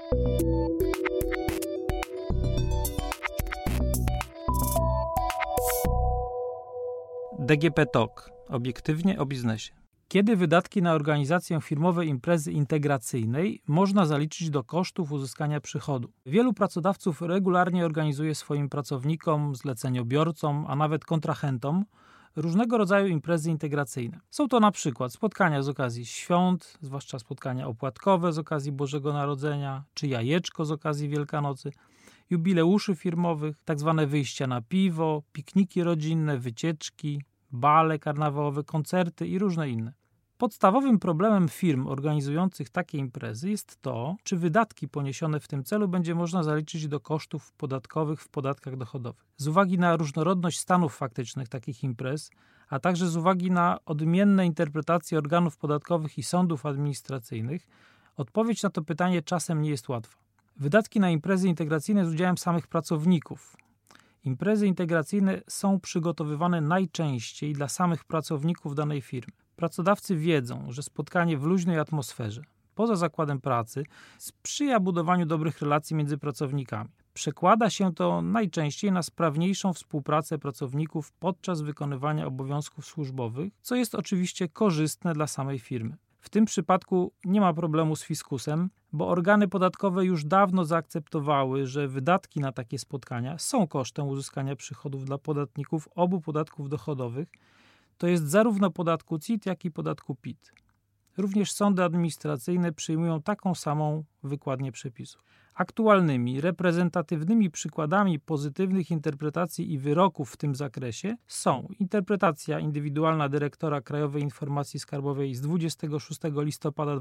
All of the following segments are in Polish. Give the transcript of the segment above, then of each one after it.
DGP Talk. Obiektywnie o biznesie. Kiedy wydatki na organizację firmowej imprezy integracyjnej można zaliczyć do kosztów uzyskania przychodu? Wielu pracodawców regularnie organizuje swoim pracownikom, zleceniobiorcom, a nawet kontrahentom różnego rodzaju imprezy integracyjne. Są to na przykład spotkania z okazji świąt, zwłaszcza spotkania opłatkowe z okazji Bożego Narodzenia, czy jajeczko z okazji Wielkanocy, jubileuszy firmowych, tzw. wyjścia na piwo, pikniki rodzinne, wycieczki, bale karnawałowe, koncerty i różne inne. Podstawowym problemem firm organizujących takie imprezy jest to, czy wydatki poniesione w tym celu będzie można zaliczyć do kosztów podatkowych w podatkach dochodowych. Z uwagi na różnorodność stanów faktycznych takich imprez, a także z uwagi na odmienne interpretacje organów podatkowych i sądów administracyjnych, odpowiedź na to pytanie czasem nie jest łatwa. Wydatki na imprezy integracyjne z udziałem samych pracowników. Imprezy integracyjne są przygotowywane najczęściej dla samych pracowników danej firmy. Pracodawcy wiedzą, że spotkanie w luźnej atmosferze, poza zakładem pracy, sprzyja budowaniu dobrych relacji między pracownikami. Przekłada się to najczęściej na sprawniejszą współpracę pracowników podczas wykonywania obowiązków służbowych, co jest oczywiście korzystne dla samej firmy. W tym przypadku nie ma problemu z fiskusem, bo organy podatkowe już dawno zaakceptowały, że wydatki na takie spotkania są kosztem uzyskania przychodów dla podatników obu podatków dochodowych, to jest zarówno podatku CIT, jak i podatku PIT. Również sądy administracyjne przyjmują taką samą wykładnię przepisów. Aktualnymi, reprezentatywnymi przykładami pozytywnych interpretacji i wyroków w tym zakresie są interpretacja indywidualna dyrektora Krajowej Informacji Skarbowej z 26 listopada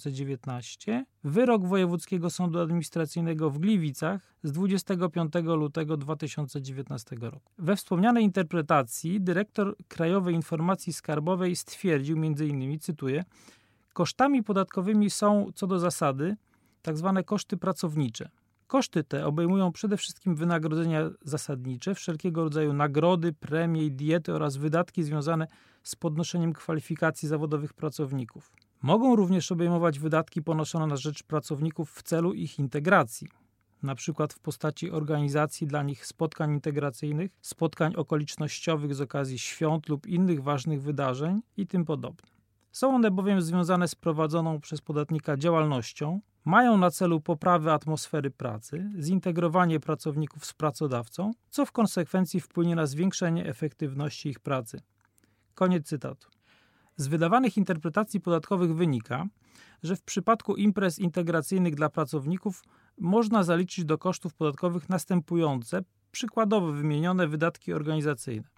2019, wyrok Wojewódzkiego Sądu Administracyjnego w Gliwicach z 25 lutego 2019 roku. We wspomnianej interpretacji dyrektor Krajowej Informacji Skarbowej stwierdził m.in., cytuję, kosztami podatkowymi są co do zasady tzw. koszty pracownicze. Koszty te obejmują przede wszystkim wynagrodzenia zasadnicze, wszelkiego rodzaju nagrody, premie i diety oraz wydatki związane z podnoszeniem kwalifikacji zawodowych pracowników. Mogą również obejmować wydatki ponoszone na rzecz pracowników w celu ich integracji, np. w postaci organizacji dla nich spotkań integracyjnych, spotkań okolicznościowych z okazji świąt lub innych ważnych wydarzeń i tym podobne. Są one bowiem związane z prowadzoną przez podatnika działalnością, mają na celu poprawę atmosfery pracy, zintegrowanie pracowników z pracodawcą, co w konsekwencji wpłynie na zwiększenie efektywności ich pracy. Koniec cytatu. Z wydawanych interpretacji podatkowych wynika, że w przypadku imprez integracyjnych dla pracowników można zaliczyć do kosztów podatkowych następujące, przykładowo wymienione wydatki organizacyjne.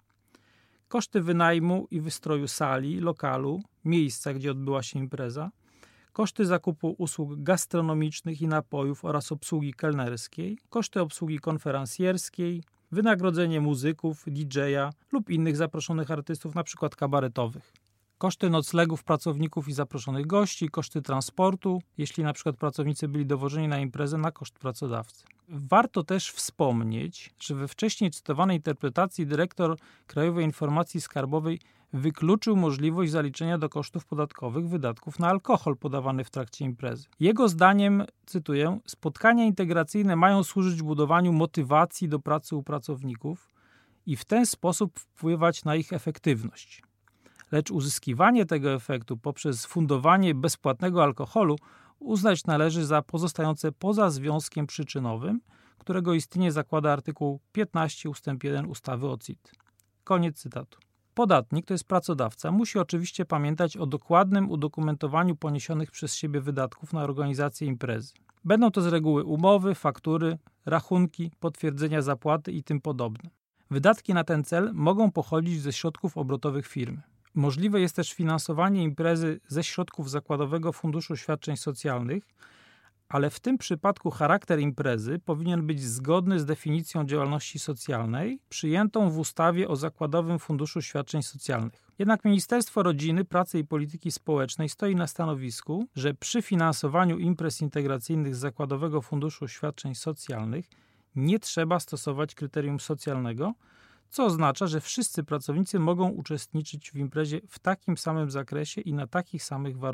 Koszty wynajmu i wystroju sali, lokalu, miejsca, gdzie odbyła się impreza, koszty zakupu usług gastronomicznych i napojów oraz obsługi kelnerskiej, koszty obsługi konferencjerskiej, wynagrodzenie muzyków, DJ-a lub innych zaproszonych artystów, np. kabaretowych. Koszty noclegów pracowników i zaproszonych gości, koszty transportu, jeśli np. pracownicy byli dowożeni na imprezę na koszt pracodawcy. Warto też wspomnieć, że we wcześniej cytowanej interpretacji dyrektor Krajowej Informacji Skarbowej wykluczył możliwość zaliczenia do kosztów podatkowych wydatków na alkohol podawany w trakcie imprezy. Jego zdaniem, cytuję, spotkania integracyjne mają służyć budowaniu motywacji do pracy u pracowników i w ten sposób wpływać na ich efektywność. Lecz uzyskiwanie tego efektu poprzez fundowanie bezpłatnego alkoholu uznać należy za pozostające poza związkiem przyczynowym, którego istnienie zakłada artykuł 15 ust. 1 ustawy o CIT. Koniec cytatu. Podatnik, to jest pracodawca, musi oczywiście pamiętać o dokładnym udokumentowaniu poniesionych przez siebie wydatków na organizację imprezy. Będą to z reguły umowy, faktury, rachunki, potwierdzenia zapłaty i tym podobne. Wydatki na ten cel mogą pochodzić ze środków obrotowych firmy. Możliwe jest też finansowanie imprezy ze środków Zakładowego Funduszu Świadczeń Socjalnych, ale w tym przypadku charakter imprezy powinien być zgodny z definicją działalności socjalnej przyjętą w ustawie o Zakładowym Funduszu Świadczeń Socjalnych. Jednak Ministerstwo Rodziny, Pracy i Polityki Społecznej stoi na stanowisku, że przy finansowaniu imprez integracyjnych z Zakładowego Funduszu Świadczeń Socjalnych nie trzeba stosować kryterium socjalnego, co oznacza, że wszyscy pracownicy mogą uczestniczyć w imprezie w takim samym zakresie i na takich samych warunkach.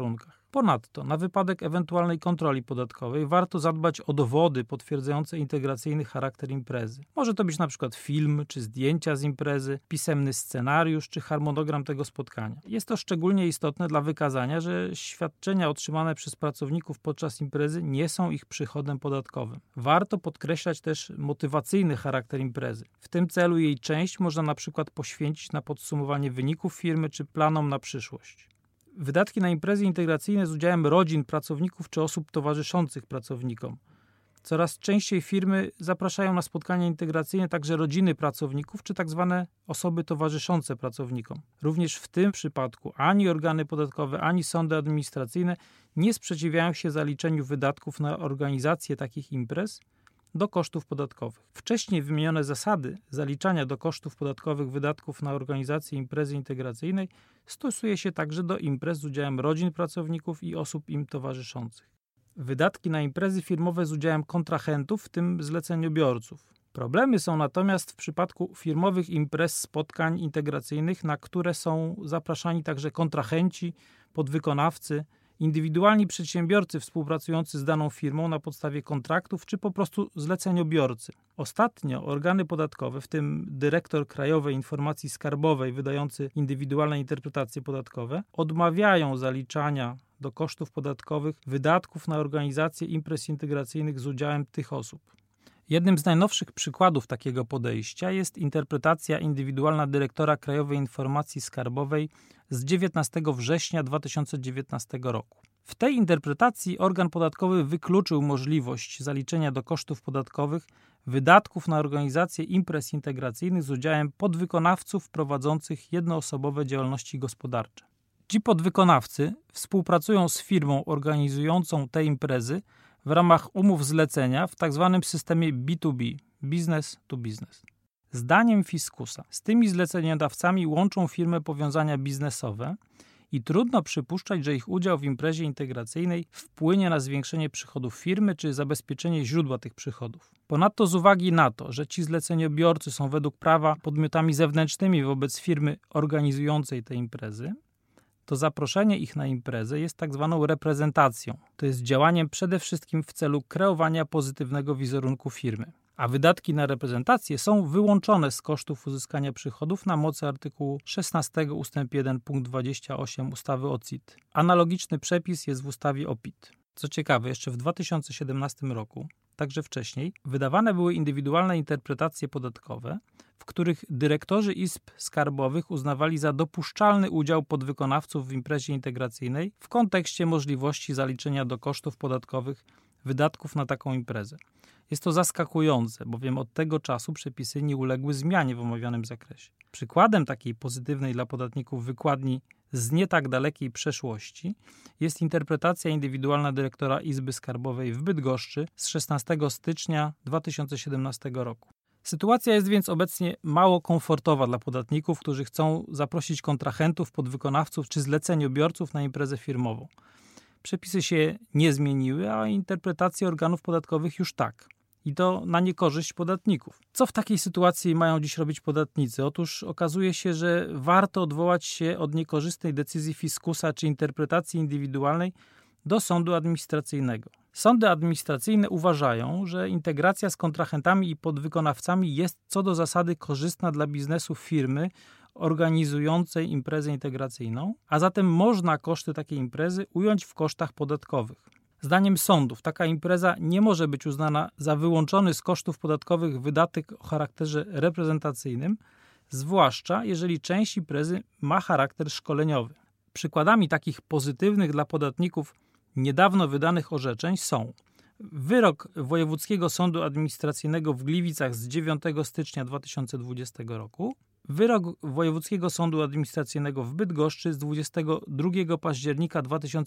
Ponadto, na wypadek ewentualnej kontroli podatkowej warto zadbać o dowody potwierdzające integracyjny charakter imprezy. Może to być na przykład film czy zdjęcia z imprezy, pisemny scenariusz czy harmonogram tego spotkania. Jest to szczególnie istotne dla wykazania, że świadczenia otrzymane przez pracowników podczas imprezy nie są ich przychodem podatkowym. Warto podkreślać też motywacyjny charakter imprezy. W tym celu jej część można na przykład poświęcić na podsumowanie wyników firmy czy planom na przyszłość. Wydatki na imprezy integracyjne z udziałem rodzin pracowników czy osób towarzyszących pracownikom. Coraz częściej firmy zapraszają na spotkania integracyjne także rodziny pracowników czy tak zwane osoby towarzyszące pracownikom. Również w tym przypadku ani organy podatkowe, ani sądy administracyjne nie sprzeciwiają się zaliczeniu wydatków na organizację takich imprez do kosztów podatkowych. Wcześniej wymienione zasady zaliczania do kosztów podatkowych wydatków na organizację imprezy integracyjnej stosuje się także do imprez z udziałem rodzin pracowników i osób im towarzyszących. Wydatki na imprezy firmowe z udziałem kontrahentów, w tym zleceniobiorców. Problemy są natomiast w przypadku firmowych imprez spotkań integracyjnych, na które są zapraszani także kontrahenci, podwykonawcy, indywidualni przedsiębiorcy współpracujący z daną firmą na podstawie kontraktów, czy po prostu zleceniobiorcy. Ostatnio organy podatkowe, w tym dyrektor Krajowej Informacji Skarbowej wydający indywidualne interpretacje podatkowe, odmawiają zaliczania do kosztów podatkowych wydatków na organizację imprez integracyjnych z udziałem tych osób. Jednym z najnowszych przykładów takiego podejścia jest interpretacja indywidualna dyrektora Krajowej Informacji Skarbowej z 19 września 2019 roku. W tej interpretacji organ podatkowy wykluczył możliwość zaliczenia do kosztów podatkowych wydatków na organizację imprez integracyjnych z udziałem podwykonawców prowadzących jednoosobowe działalności gospodarcze. Ci podwykonawcy współpracują z firmą organizującą te imprezy w ramach umów zlecenia w tzw. systemie B2B, business to business. Zdaniem fiskusa z tymi zleceniodawcami łączą firmę powiązania biznesowe i trudno przypuszczać, że ich udział w imprezie integracyjnej wpłynie na zwiększenie przychodów firmy czy zabezpieczenie źródła tych przychodów. Ponadto z uwagi na to, że ci zleceniobiorcy są według prawa podmiotami zewnętrznymi wobec firmy organizującej te imprezy, to zaproszenie ich na imprezę jest tak zwaną reprezentacją. To jest działaniem przede wszystkim w celu kreowania pozytywnego wizerunku firmy. A wydatki na reprezentację są wyłączone z kosztów uzyskania przychodów na mocy artykułu 16 ust. 1 punkt 28 ustawy o CIT. Analogiczny przepis jest w ustawie o PIT. Co ciekawe, jeszcze w 2017 roku, także wcześniej, wydawane były indywidualne interpretacje podatkowe, w których dyrektorzy izb skarbowych uznawali za dopuszczalny udział podwykonawców w imprezie integracyjnej w kontekście możliwości zaliczenia do kosztów podatkowych wydatków na taką imprezę. Jest to zaskakujące, bowiem od tego czasu przepisy nie uległy zmianie w omawianym zakresie. Przykładem takiej pozytywnej dla podatników wykładni z nie tak dalekiej przeszłości jest interpretacja indywidualna dyrektora Izby Skarbowej w Bydgoszczy z 16 stycznia 2017 roku. Sytuacja jest więc obecnie mało komfortowa dla podatników, którzy chcą zaprosić kontrahentów, podwykonawców czy zleceniobiorców na imprezę firmową. Przepisy się nie zmieniły, a interpretacje organów podatkowych już tak. I to na niekorzyść podatników. Co w takiej sytuacji mają dziś robić podatnicy? Otóż okazuje się, że warto odwołać się od niekorzystnej decyzji fiskusa czy interpretacji indywidualnej do sądu administracyjnego. Sądy administracyjne uważają, że integracja z kontrahentami i podwykonawcami jest co do zasady korzystna dla biznesu firmy organizującej imprezę integracyjną, a zatem można koszty takiej imprezy ująć w kosztach podatkowych. Zdaniem sądów taka impreza nie może być uznana za wyłączony z kosztów podatkowych wydatek o charakterze reprezentacyjnym, zwłaszcza jeżeli część imprezy ma charakter szkoleniowy. Przykładami takich pozytywnych dla podatników niedawno wydanych orzeczeń są wyrok Wojewódzkiego Sądu Administracyjnego w Gliwicach z 9 stycznia 2020 roku, wyrok Wojewódzkiego Sądu Administracyjnego w Bydgoszczy z 22 października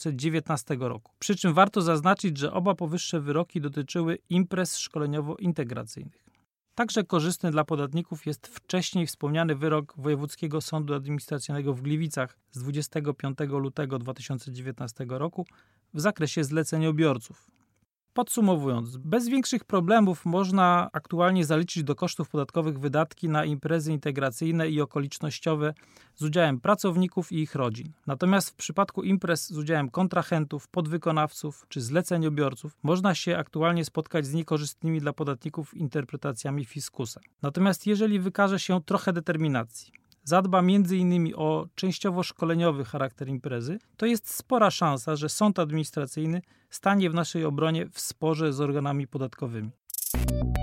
2019 roku. Przy czym warto zaznaczyć, że oba powyższe wyroki dotyczyły imprez szkoleniowo-integracyjnych. Także korzystny dla podatników jest wcześniej wspomniany wyrok Wojewódzkiego Sądu Administracyjnego w Gliwicach z 25 lutego 2019 roku w zakresie zleceniobiorców. Podsumowując, bez większych problemów można aktualnie zaliczyć do kosztów podatkowych wydatki na imprezy integracyjne i okolicznościowe z udziałem pracowników i ich rodzin. Natomiast w przypadku imprez z udziałem kontrahentów, podwykonawców czy zleceniobiorców można się aktualnie spotkać z niekorzystnymi dla podatników interpretacjami fiskusa. Natomiast jeżeli wykaże się trochę determinacji, zadba m.in. o częściowo szkoleniowy charakter imprezy, to jest spora szansa, że sąd administracyjny stanie w naszej obronie w sporze z organami podatkowymi.